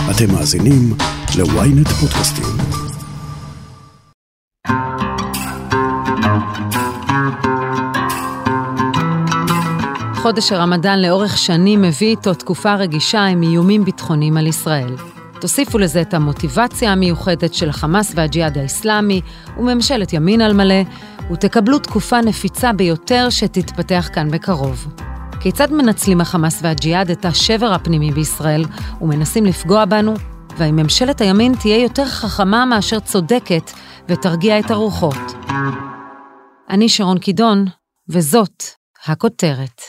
אתם מאזינים ל-ynet פודקאסטים. חודש הרמדאן לאורך שנים מביא איתו תקופה רגישה עם איומים ביטחוניים על ישראל. תוסיפו לזה את המוטיבציה המיוחדת של החמאס והג'יהאד האסלאמי וממשלת ימין על מלא, ותקבלו תקופה נפיצה ביותר שתתפתח כאן בקרוב. כיצד מנצלים החמאס והג'יהאד את השבר הפנימי בישראל ומנסים לפגוע בנו? והאם ממשלת הימין תהיה יותר חכמה מאשר צודקת ותרגיע את הרוחות? אני שרון קידון, וזאת הכותרת.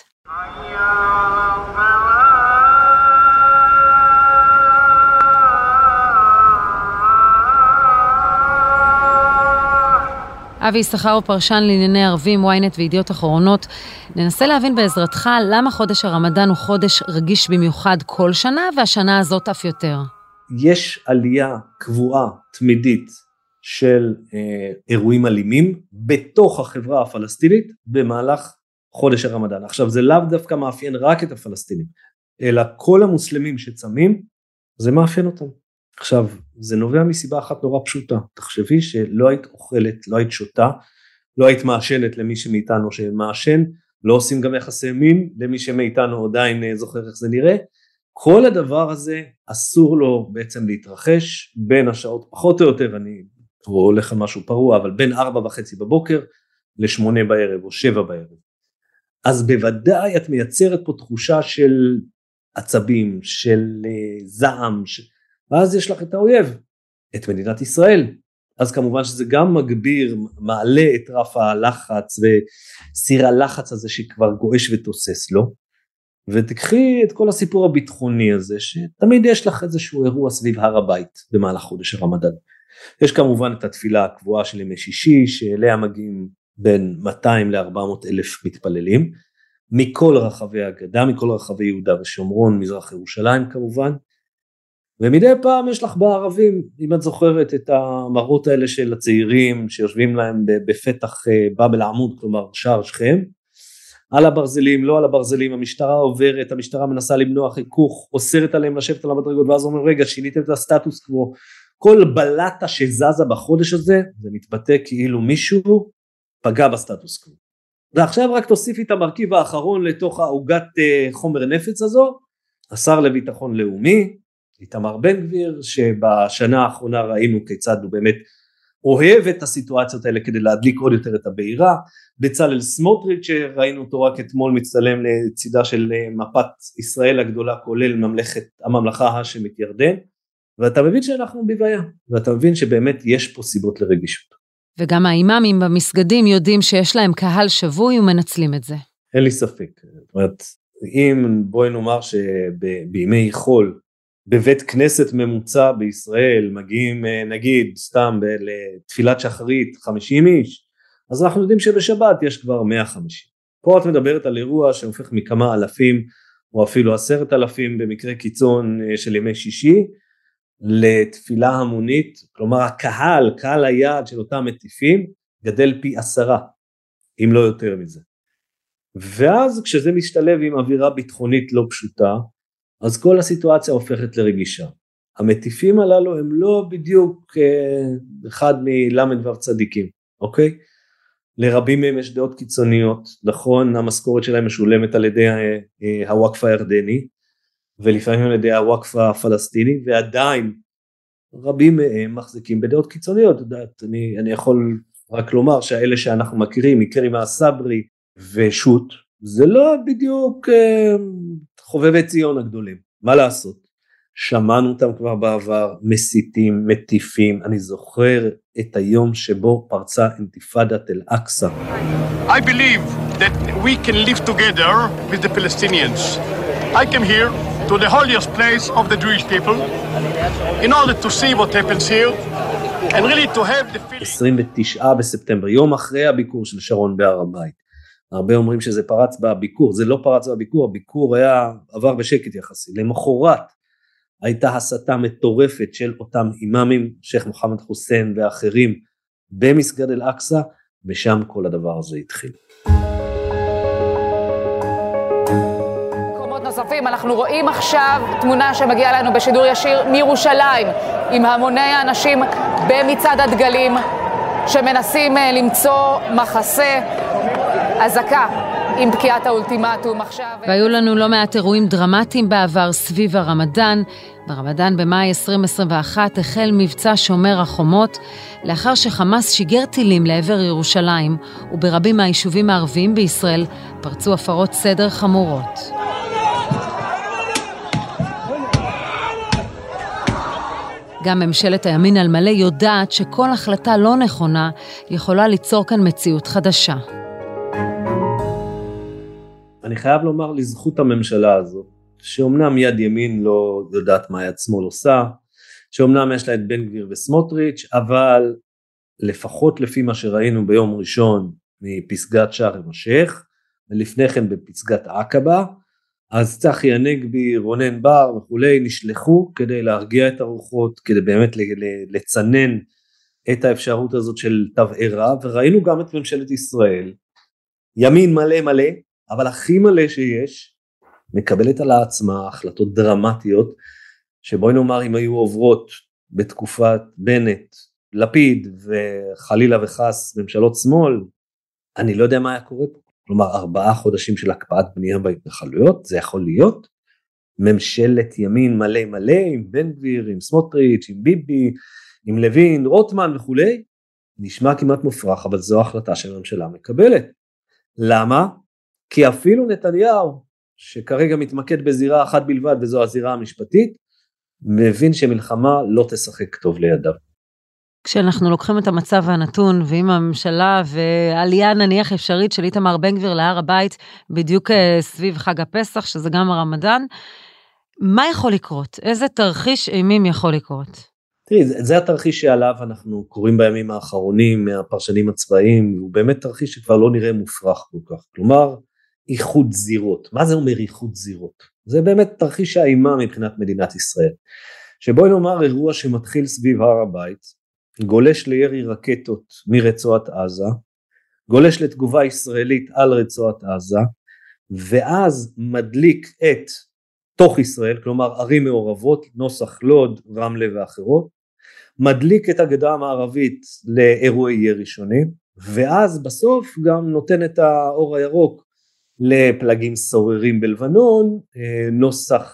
אבי יששכר, פרשן לענייני ערבים, ynet וידיעות אחרונות. ננסה להבין בעזרתך למה חודש הרמדאן הוא חודש רגיש במיוחד כל שנה, והשנה הזאת אף יותר. יש עלייה קבועה, תמידית, של אירועים אלימים בתוך החברה הפלסטינית במהלך חודש הרמדאן. עכשיו, זה לאו דווקא מאפיין רק את הפלסטינים, אלא כל המוסלמים שצמים, זה מאפיין אותם. עכשיו, זה נובע מסיבה אחת נורא פשוטה. תחשבי שלא היית אוכלת, לא היית שותה, לא היית מעשנת למי שמאיתנו שמעשן, לא עושים גם יחסי מין למי שמאיתנו עדיין זוכר איך זה נראה. כל הדבר הזה אסור לו בעצם להתרחש בין השעות פחות או יותר, אני הולך על משהו פרוע, אבל בין 4:30 בבוקר ל8 בערב או 7 בערב. אז בוודאי את מייצרת פה תחושה של עצבים, של זעם, ואז יש לך את האויב, את מדינת ישראל. אז כמובן שזה גם מגביר, מעלה את רף הלחץ וסיר הלחץ הזה שכבר גועש ותוסס לו. ותקחי את כל הסיפור הביטחוני הזה, שתמיד יש לך איזשהו אירוע סביב הר הבית במהלך חודש הרמדאן. יש כמובן את התפילה הקבועה של ימי שישי, שאליה מגיעים בין 200 ל-400 אלף מתפללים, מכל רחבי הגדה, מכל רחבי יהודה ושומרון, מזרח ירושלים כמובן, ומדי פעם יש לך בערבים, אם את זוכרת את המראות האלה של הצעירים, שיושבים להם בפתח באב אל-עמוד, כלומר שער שכם, על הברזלים, לא על הברזלים, המשטרה עוברת, המשטרה מנסה למנוע חיכוך, אוסרת עליהם לשבת על המדרגות, ואז אומר, רגע, שיניתם את הסטטוס קוו, כל בלטה שזזה בחודש הזה, זה מתבטא כאילו מישהו פגע בסטטוס קוו. ועכשיו רק תוסיפי את המרכיב האחרון לתוך העוגת חומר נפץ הזו, השר לביטחון לאומי, איתמר בן גביר, שבשנה האחרונה ראינו כיצד הוא באמת אוהב את הסיטואציות האלה כדי להדליק עוד יותר את הבעירה, בצלאל סמוטריץ' שראינו אותו רק אתמול מצטלם לצידה של מפת ישראל הגדולה, כולל הממלכה ההאשמית ירדן, ואתה מבין שאנחנו בבעיה, ואתה מבין שבאמת יש פה סיבות לרגישות. וגם האימאמים במסגדים יודעים שיש להם קהל שבוי ומנצלים את זה. אין לי ספק. זאת אומרת, אם בואי נאמר שבימי חול, בבית כנסת ממוצע בישראל, מגיעים נגיד סתם לתפילת שחרית 50 איש, אז אנחנו יודעים שבשבת יש כבר 150. פה את מדברת על אירוע שהופך מכמה אלפים, או אפילו 10,000 במקרה קיצון של ימי שישי, לתפילה המונית, כלומר הקהל, קהל היעד של אותם מטיפים, גדל פי 10, אם לא יותר מזה. ואז כשזה משתלב עם אווירה ביטחונית לא פשוטה, אז כל הסיטואציה הופכת לרגישה. המטיפים הללו הם לא בדיוק אחד מלמד ור צדיקים, אוקיי? לרבים מהם יש דעות קיצוניות, נכון, המשכורת שלהם משולמת על ידי הוואקף הירדני, ולפעמים על ידי הוואקף הפלסטיני, ועדיין רבים מהם מחזיקים בדעות קיצוניות. אני יכול רק לומר שהאלה שאנחנו מכירים, מקרים הסברי ושות, זה לא בדיוק חובבי ציון הגדולים, מה לעשות? שמענו אותם כבר בעבר, מסיתים, מטיפים, אני זוכר את היום שבו פרצה אינתיפאדת אל-אקצא. I believe that we can live together with the Palestinians. I came here to the holiest place of the Jewish people in order to see what happens here and really to have the feeling. 29 בספטמבר, יום אחרי הביקור של שרון בהר הבית. הרבה אומרים שזה פרץ בביקור, זה לא פרץ בביקור, הביקור עבר בשקט יחסי. למחרת הייתה הסתה מטורפת של אותם אימאמים, שייח מוחמד חוסיין ואחרים, במסגד אל-אקצא, ושם כל הדבר הזה התחיל. חטופים. אנחנו רואים עכשיו תמונה שמגיעה לנו בשידור ישיר מירושלים, עם המוני האנשים במצעד הדגלים, שמנסים למצוא מחסה. אזעקה עם פקיעת האולטימטום עכשיו. והיו לנו לא מעט אירועים דרמטיים בעבר סביב הרמדאן. ברמדאן במאי 2021 החל מבצע שומר החומות, לאחר שחמאס שיגר טילים לעבר ירושלים, וברבים מהיישובים הערביים בישראל פרצו הפרות סדר חמורות. גם ממשלת הימין על מלא יודעת שכל החלטה לא נכונה יכולה ליצור כאן מציאות חדשה. אני חייב לומר לזכות הממשלה הזאת, שאומנם יד ימין לא יודעת מה יד שמאל עושה, שאומנם יש לה את בן גביר וסמוטריץ', אבל לפחות לפי מה שראינו ביום ראשון מפסגת שער השייח, ולפני כן בפסגת עקבה, אז צחי הנגבי, רונן בר וכולי נשלחו כדי להרגיע את הרוחות, כדי באמת לצנן את האפשרות הזאת של תבערה, וראינו גם את ממשלת ישראל, ימין מלא מלא, אבל הכי מלא שיש, מקבלת על עצמה החלטות דרמטיות, שבואי נאמר אם היו עוברות בתקופת בנט, לפיד וחלילה וחס ממשלות שמאל, אני לא יודע מה היה קורה פה. כלומר 4 חודשים של הקפאת בנייה בהתנחלויות, זה יכול להיות ממשלת ימין מלא מלא, עם בן גביר, עם סמוטריץ', עם ביבי, עם לוין, רוטמן וכולי, נשמע כמעט מופרך, אבל זו החלטה שהממשלה מקבלת. למה? כי אפילו נתניהו, שכרגע מתמקד בזירה אחת בלבד, וזו הזירה המשפטית, מבין שמלחמה לא תשחק טוב לידיו. כשאנחנו לוקחים את המצב הנתון, ועם הממשלה ועלייה נניח אפשרית של איתמר בן גביר להר הבית, בדיוק סביב חג הפסח, שזה גם הרמדאן, מה יכול לקרות? איזה תרחיש אימים יכול לקרות? תראי, זה התרחיש שעליו אנחנו קוראים בימים האחרונים, מהפרשנים הצבאיים, הוא באמת תרחיש שכבר לא נראה מופרך כל כך, כלומר, איחוד זירות. מה זה אומר איחוד זירות? זה באמת תרחיש האימה מבחינת מדינת ישראל, שבואי נאמר אירוע שמתחיל סביב הר הבית, גולש לירי רקטות מרצועת עזה, גולש לתגובה ישראלית על רצועת עזה, ואז מדליק את תוך ישראל, כלומר ערים מעורבות, נוסח לוד, רמלה ואחרות, מדליק את הגדה המערבית לאירועי ירי שונים, ואז בסוף גם נותן את האור הירוק לפלגים סוררים בלבנון, נוסח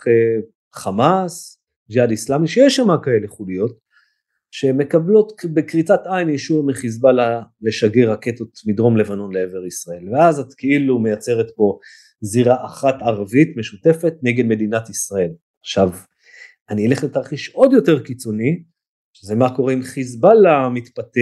חמאס, ג'יהאד איסלאמי, שיש שם כאלה חוליות, שמקבלות בקריצת עין אישור מחיזבאללה לשגר רקטות מדרום לבנון לעבר ישראל, ואז את כאילו מייצרת פה זירה אחת ערבית משותפת נגד מדינת ישראל. עכשיו, אני אלך לתרחיש עוד יותר קיצוני, שזה מה קורה אם חיזבאללה מתפתה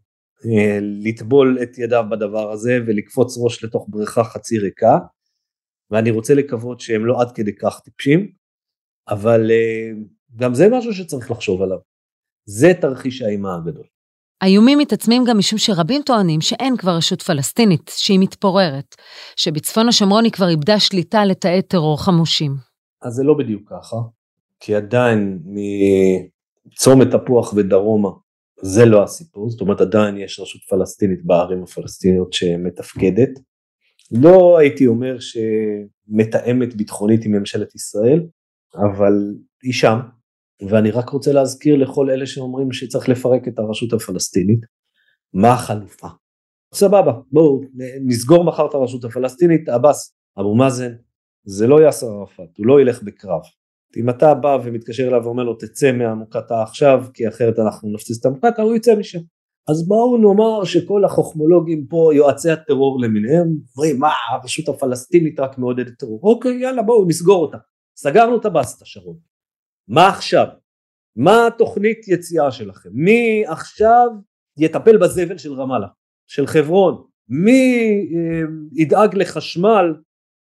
לטבול את ידיו בדבר הזה, ולקפוץ ראש לתוך בריכה חצי ריקה, ואני רוצה לקוות שהם לא עד כדי כך טיפשים, אבל גם זה משהו שצריך לחשוב עליו. זה תרחיש האימה הגדול. האיומים מתעצמים גם משום שרבים טוענים שאין כבר רשות פלסטינית, שהיא מתפוררת, שבצפון השומרון היא כבר איבדה שליטה לתאי טרור חמושים. אז זה לא בדיוק ככה, כי עדיין מצומת תפוח ודרומה, זה לא הסיפור, זאת אומרת עדיין יש רשות פלסטינית בערים הפלסטיניות שמתפקדת, לא הייתי אומר שמתאמת ביטחונית עם ממשלת ישראל, אבל היא שם, ואני רק רוצה להזכיר לכל אלה שאומרים שצריך לפרק את הרשות הפלסטינית, מה החלופה? סבבה, בואו נסגור מחר את הרשות הפלסטינית, עבאס, אבו מאזן, זה לא יאסר ערפאת, הוא לא ילך בקרב. אם אתה בא ומתקשר אליו ואומר לו תצא מהמוקטעה עכשיו, כי אחרת אנחנו נפציץ את המוקטעה, הוא יצא משם. אז בואו נאמר שכל החוכמולוגים פה, יועצי הטרור למיניהם, אומרים מה הרשות הפלסטינית רק מעודדת טרור, אוקיי יאללה בואו נסגור אותה, סגרנו את הבסטה שרון. מה עכשיו? מה התוכנית יציאה שלכם? מי עכשיו יטפל בזבל של רמאללה, של חברון? מי ידאג לחשמל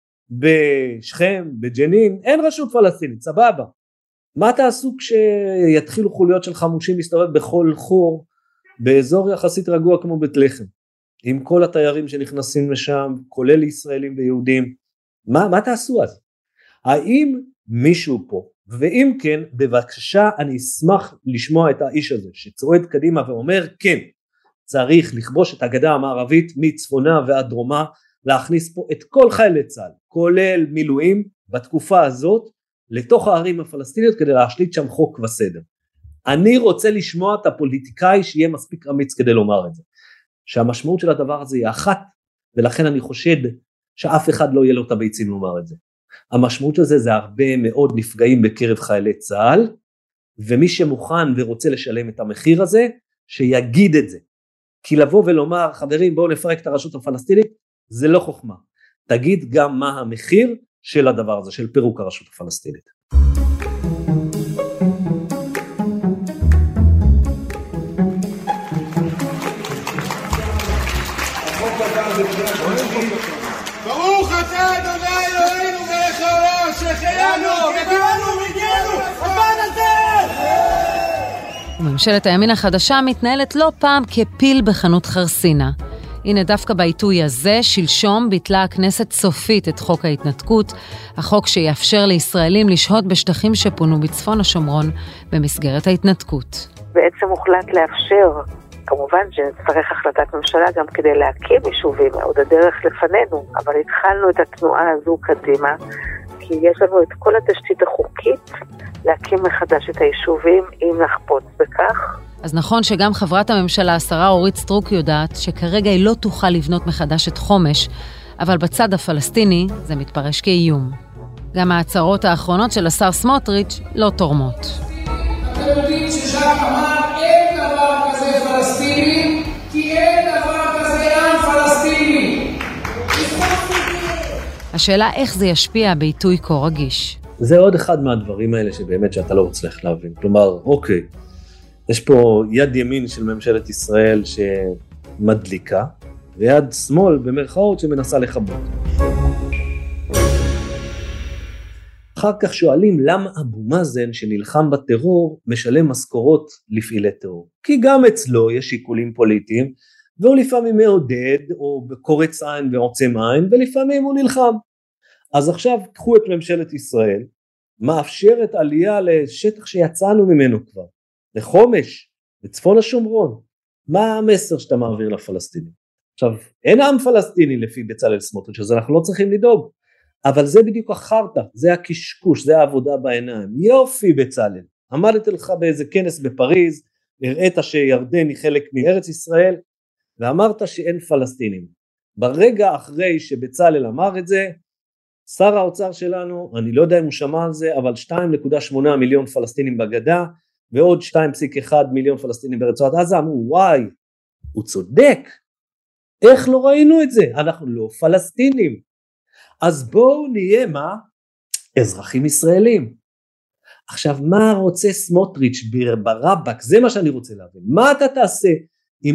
בשכם, בג'נין? אין רשות פלסטינית, סבבה. מה תעשו כשיתחילו חוליות של חמושים להסתובב בכל חור באזור יחסית רגוע כמו בית לחם, עם כל התיירים שנכנסים לשם, כולל ישראלים ויהודים? מה תעשו אז? האם מישהו פה, ואם כן, בבקשה אני אשמח לשמוע את האיש הזה, שצועד קדימה ואומר, כן, צריך לכבוש את הגדה המערבית מצפונה ועד דרומה, להכניס פה את כל חיילי צה"ל, כולל מילואים, בתקופה הזאת לתוך הערים הפלסטיניות כדי להשליט שם חוק וסדר. אני רוצה לשמוע את הפוליטיקאי שיהיה מספיק אמיץ כדי לומר את זה. שהמשמעות של הדבר הזה היא אחת, ולכן אני חושד שאף אחד לא יהיה לו את הביצים לומר את זה. המשמעות של זה הרבה מאוד נפגעים בקרב חיילי צה"ל, ומי שמוכן ורוצה לשלם את המחיר הזה, שיגיד את זה. כי לבוא ולומר, חברים בואו נפרק את הרשות הפלסטינית, זה לא חוכמה. תגיד גם מה המחיר של הדבר הזה, של פירוק הרשות הפלסטינית. ברוך אתה אדוני אלוהינו מלך העולם שהחיינו והגיענו הבן הזה. וממשלת הימין החדשה מתנהלת לא פעם כפיל בחנות חרסינה. הנה דווקא בעיתוי הזה, שלשום ביטלה הכנסת סופית את חוק ההתנתקות, החוק שיאפשר לישראלים לשהות בשטחים שפונו בצפון השומרון במסגרת ההתנתקות. בעצם הוחלט לאפשר, כמובן שנצטרך החלטת ממשלה גם כדי להקים יישובים, עוד הדרך לפנינו, אבל התחלנו את התנועה הזו קדימה, כי יש לנו את כל התשתית החוקית להקים מחדש את היישובים אם נחפוץ בכך. אז נכון שגם חברת הממשלה, השרה אורית סטרוק, יודעת שכרגע היא לא תוכל לבנות מחדש את חומש, אבל בצד הפלסטיני זה מתפרש כאיום. גם ההצהרות האחרונות של השר סמוטריץ' לא תורמות. אתם יודעים שז'אק אמר אין דבר כזה פלסטיני, כי אין דבר כזה עם פלסטיני. השאלה איך זה ישפיע בעיתוי כה רגיש. זה עוד אחד מהדברים האלה שבאמת שאתה לא מצליח להבין. כלומר, אוקיי, יש פה יד ימין של ממשלת ישראל שמדליקה, ויד שמאל במרכאות שמנסה לכבות. אחר כך שואלים למה אבו מאזן שנלחם בטרור משלם משכורות לפעילי טרור. כי גם אצלו יש שיקולים פוליטיים, והוא לפעמים מעודד או קורץ עין ועוצם עין, ולפעמים הוא נלחם. אז עכשיו קחו את ממשלת ישראל, מאפשרת עלייה לשטח שיצאנו ממנו כבר, לחומש, לצפון השומרון. מה המסר שאתה מעביר לפלסטינים? עכשיו, אין עם פלסטיני לפי בצלאל סמוטריץ', אז אנחנו לא צריכים לדאוג, אבל זה בדיוק החרטא, זה הקשקוש, זה העבודה בעיניים. יופי בצלאל, עמדת לך באיזה כנס בפריז, הראית שירדן היא חלק מארץ ישראל, ואמרת שאין פלסטינים. ברגע אחרי שבצלאל אמר את זה, שר האוצר שלנו, אני לא יודע אם הוא שמע על זה, אבל 2.8 מיליון פלסטינים בגדה, ועוד 2.1 מיליון פלסטינים ברצועת עזה, אמרו וואי, הוא צודק, איך לא ראינו את זה? אנחנו לא פלסטינים. אז בואו נהיה מה? אזרחים ישראלים. עכשיו מה רוצה סמוטריץ' ברבק? זה מה שאני רוצה להבין. מה אתה תעשה עם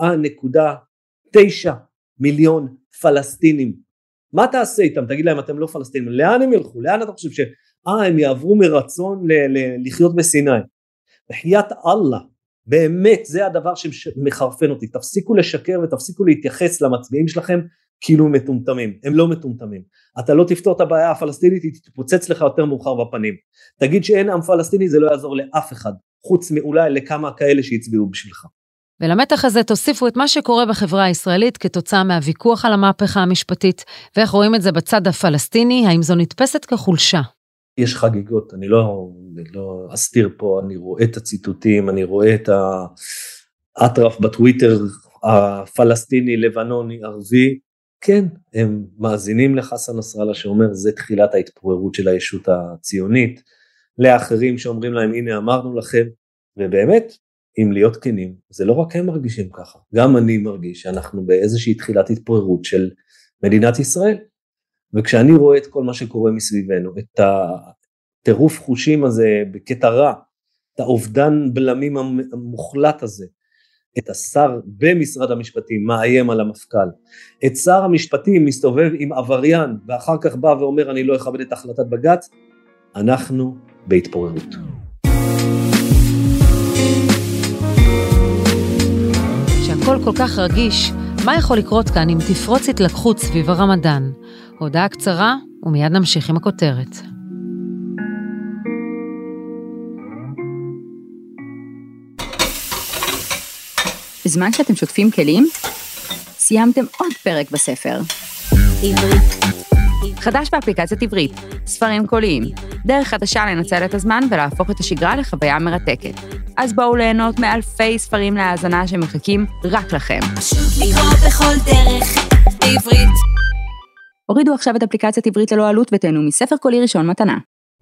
4.9 מיליון פלסטינים? מה תעשה איתם? תגיד להם אתם לא פלסטינים. לאן הם ילכו? לאן אתה חושב הם יעברו מרצון לחיות בסיני? בחיית אללה. באמת זה הדבר שמחרפן אותי. תפסיקו לשקר ותפסיקו להתייחס למצביעים שלכם כאילו מטומטמים. הם לא מטומטמים. אתה לא תפתור את הבעיה הפלסטינית, היא תתפוצץ לך יותר מאוחר בפנים. תגיד שאין עם פלסטיני, זה לא יעזור לאף אחד, חוץ מאולי לכמה כאלה שהצביעו בשבילך. ולמתח הזה תוסיפו את מה שקורה בחברה הישראלית כתוצאה מהוויכוח על המהפכה המשפטית, ואיך רואים את זה בצד הפלסטיני, האם זו נתפסת כחולשה? יש חגיגות, אני לא אסתיר פה, אני רואה את הציטוטים, אני רואה את האטרף בטוויטר הפלסטיני, לבנוני, ערבי, כן, הם מאזינים לחסן נסראללה שאומר זה תחילת ההתפוררות של הישות הציונית, לאחרים שאומרים להם הנה אמרנו לכם, ובאמת אם להיות כנים, זה לא רק הם מרגישים ככה, גם אני מרגיש שאנחנו באיזושהי תחילת התפוררות של מדינת ישראל, וכשאני רואה את כל מה שקורה מסביבנו, את הטירוף חושים הזה בקטע רע, את האובדן בלמים המוחלט הזה, את השר במשרד המשפטים מאיים על המפכ"ל, את שר המשפטים מסתובב עם עבריין, ואחר כך בא ואומר אני לא אכבד את החלטת בג"ץ, אנחנו בהתפוררות. שהכל כל כך רגיש, מה יכול לקרות כאן אם תפרוץ התלקחות סביב הרמדאן? הודעה קצרה ומיד נמשיך עם הכותרת. בזמן שאתם שוטפים כלים, סיימתם עוד פרק בספר. עברית. חדש באפליקציית עברית. ספרים קוליים. דרך חדשה לנצל את הזמן ולהפוך את השגרה לחוויה מרתקת. אז בואו ליהנות מאלפי ספרים להאזנה שמחכים רק לכם. פשוט לקרוא בכל דרך בעברית. הורידו עכשיו את אפליקציית עברית ללא עלות ותהנו מספר קולי ראשון מתנה.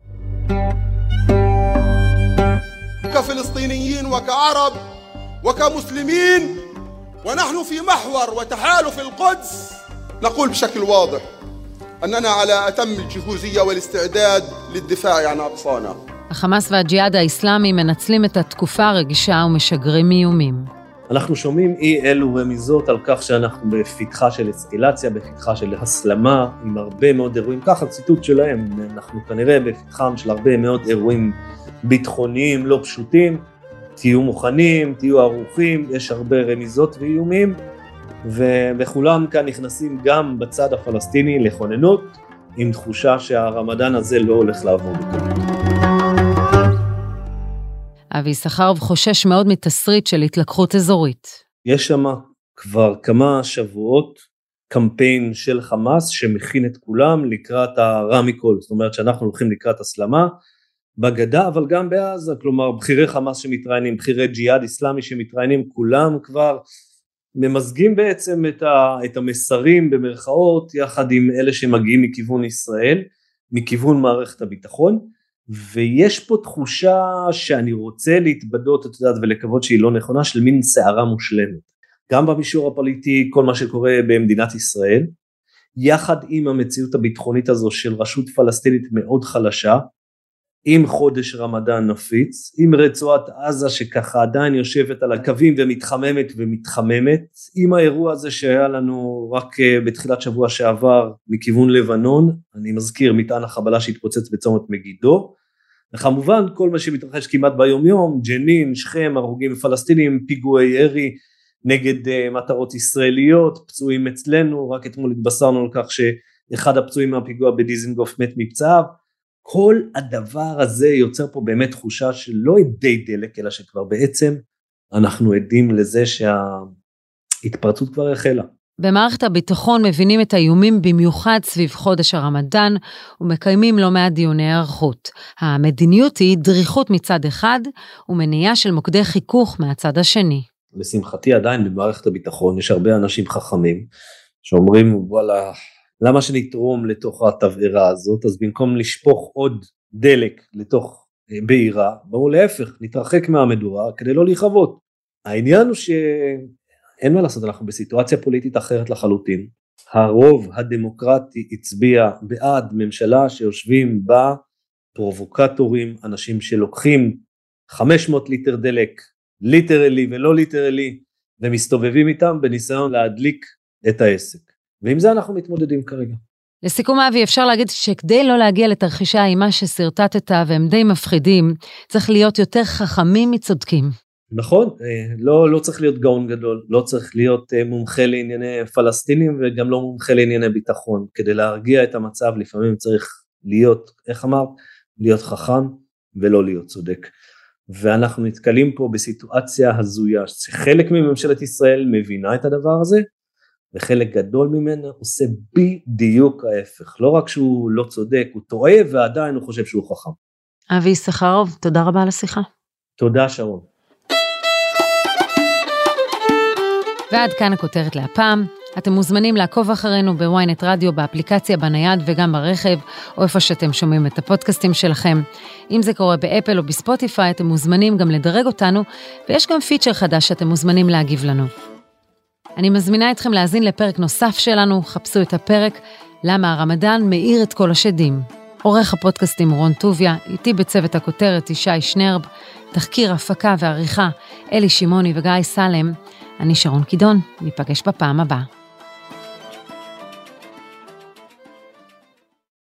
كفلسطينيين وكعرب وكمسلمين ونحن في محور وتحالف القدس نقول بشكل واضح أننا على أتم الجهوزية والاستعداد للدفاع عن أقصانا. החמאס והג'יהאד האסלאמי מנצלים את התקופה הרגישה ומשגרים איומים. אנחנו שומעים אלו רמיזות על כך שאנחנו בפתחה של אסקלציה, בפתחה של הסלמה, עם הרבה מאוד אירועים, ככה ציטוט שלהם, אנחנו כנראה בפתחם של הרבה מאוד אירועים ביטחוניים לא פשוטים, תהיו מוכנים, תהיו ערוכים, יש הרבה רמיזות ואיומים, וכולם כאן נכנסים גם בצד הפלסטיני לכוננות, עם תחושה שהרמדאן הזה לא הולך לעבור בקלות. אבי יששכרוב חושש מאוד מתסריט של התלקחות אזורית. יש שם כבר כמה שבועות קמפיין של חמאס שמכין את כולם לקראת הרמיקול, זאת אומרת שאנחנו הולכים לקראת הסלמה בגדה, אבל גם בעזה, כלומר בחירי חמאס שמתראיינים, בחירי ג'יהאד אסלאמי שמתראיינים, כולם כבר ממזגים בעצם את המסרים במרכאות, יחד עם אלה שמגיעים מכיוון ישראל, מכיוון מערכת הביטחון, ויש פה תחושה שאני רוצה להתבדות, את יודעת, ולקוות שהיא לא נכונה, של מין שערה מושלמת. גם במישור הפוליטי, כל מה שקורה במדינת ישראל, יחד עם המציאות הביטחונית הזו של רשות פלסטינית מאוד חלשה, עם חודש רמדאן נפיץ, עם רצועת עזה שככה עדיין יושבת על הקווים ומתחממת, עם האירוע הזה שהיה לנו רק בתחילת שבוע שעבר מכיוון לבנון, אני מזכיר מטען החבלה שהתפוצץ בצומת מגידו, וכמובן כל מה שמתרחש כמעט ביום יום, ג'נין, שכם, הרוגים פלסטינים, פיגועי ירי נגד מטרות ישראליות, פצועים אצלנו, רק אתמול התבשרנו על כך שאחד הפצועים מהפיגוע בדיזנגוף מת מפצעיו, כל הדבר הזה יוצר פה באמת תחושה שלא עדי דלק, אלא שכבר בעצם אנחנו עדים לזה שההתפרצות כבר החלה. במערכת הביטחון מבינים את האיומים במיוחד סביב חודש הרמדאן, ומקיימים לא מעט דיוני הערכות. המדיניות היא דריכות מצד אחד, ומניעה של מוקדי חיכוך מהצד השני. לשמחתי עדיין במערכת הביטחון יש הרבה אנשים חכמים, שאומרים וואלה, למה שנתרום לתוך התבערה הזאת, אז במקום לשפוך עוד דלק לתוך בעירה, בואו להפך, נתרחק מהמדורה כדי לא להיחוות. העניין הוא שאין מה לעשות, אנחנו בסיטואציה פוליטית אחרת לחלוטין. הרוב הדמוקרטי הצביע בעד ממשלה שיושבים בה פרובוקטורים, אנשים שלוקחים 500 ליטר דלק, ליטרלי ולא ליטרלי, ומסתובבים איתם בניסיון להדליק את העסק. ועם זה אנחנו מתמודדים כרגע. לסיכום אבי, אפשר להגיד שכדי לא להגיע לתרחישה האימה שסרטטת והם די מפחידים, צריך להיות יותר חכמים מצודקים. נכון, לא צריך להיות גאון גדול, לא צריך להיות מומחה לענייני פלסטינים וגם לא מומחה לענייני ביטחון. כדי להרגיע את המצב לפעמים צריך להיות, איך אמרת? להיות חכם ולא להיות צודק. ואנחנו נתקלים פה בסיטואציה הזויה, שחלק מממשלת ישראל מבינה את הדבר הזה, וחלק גדול ממנו עושה בדיוק ההפך. לא רק שהוא לא צודק, הוא טועה, ועדיין הוא חושב שהוא חכם. אבי יששכרוב, תודה רבה על השיחה. תודה שרון. ועד כאן הכותרת להפעם. אתם מוזמנים לעקוב אחרינו בוויינט רדיו, באפליקציה, בנייד וגם ברכב, או איפה שאתם שומעים את הפודקאסטים שלכם. אם זה קורה באפל או בספוטיפיי, אתם מוזמנים גם לדרג אותנו, ויש גם פיצ'ר חדש שאתם מוזמנים להגיב לנו. אני מזמינה אתכם להאזין לפרק נוסף שלנו, חפשו את הפרק, למה הרמדאן מאיר את כל השדים. עורך הפודקאסטים רון טוביה, איתי בצוות הכותרת ישי שנרב, תחקיר, הפקה ועריכה, אלי שימוני וגיא סלם. אני שרון קידון, ניפגש בפעם הבאה.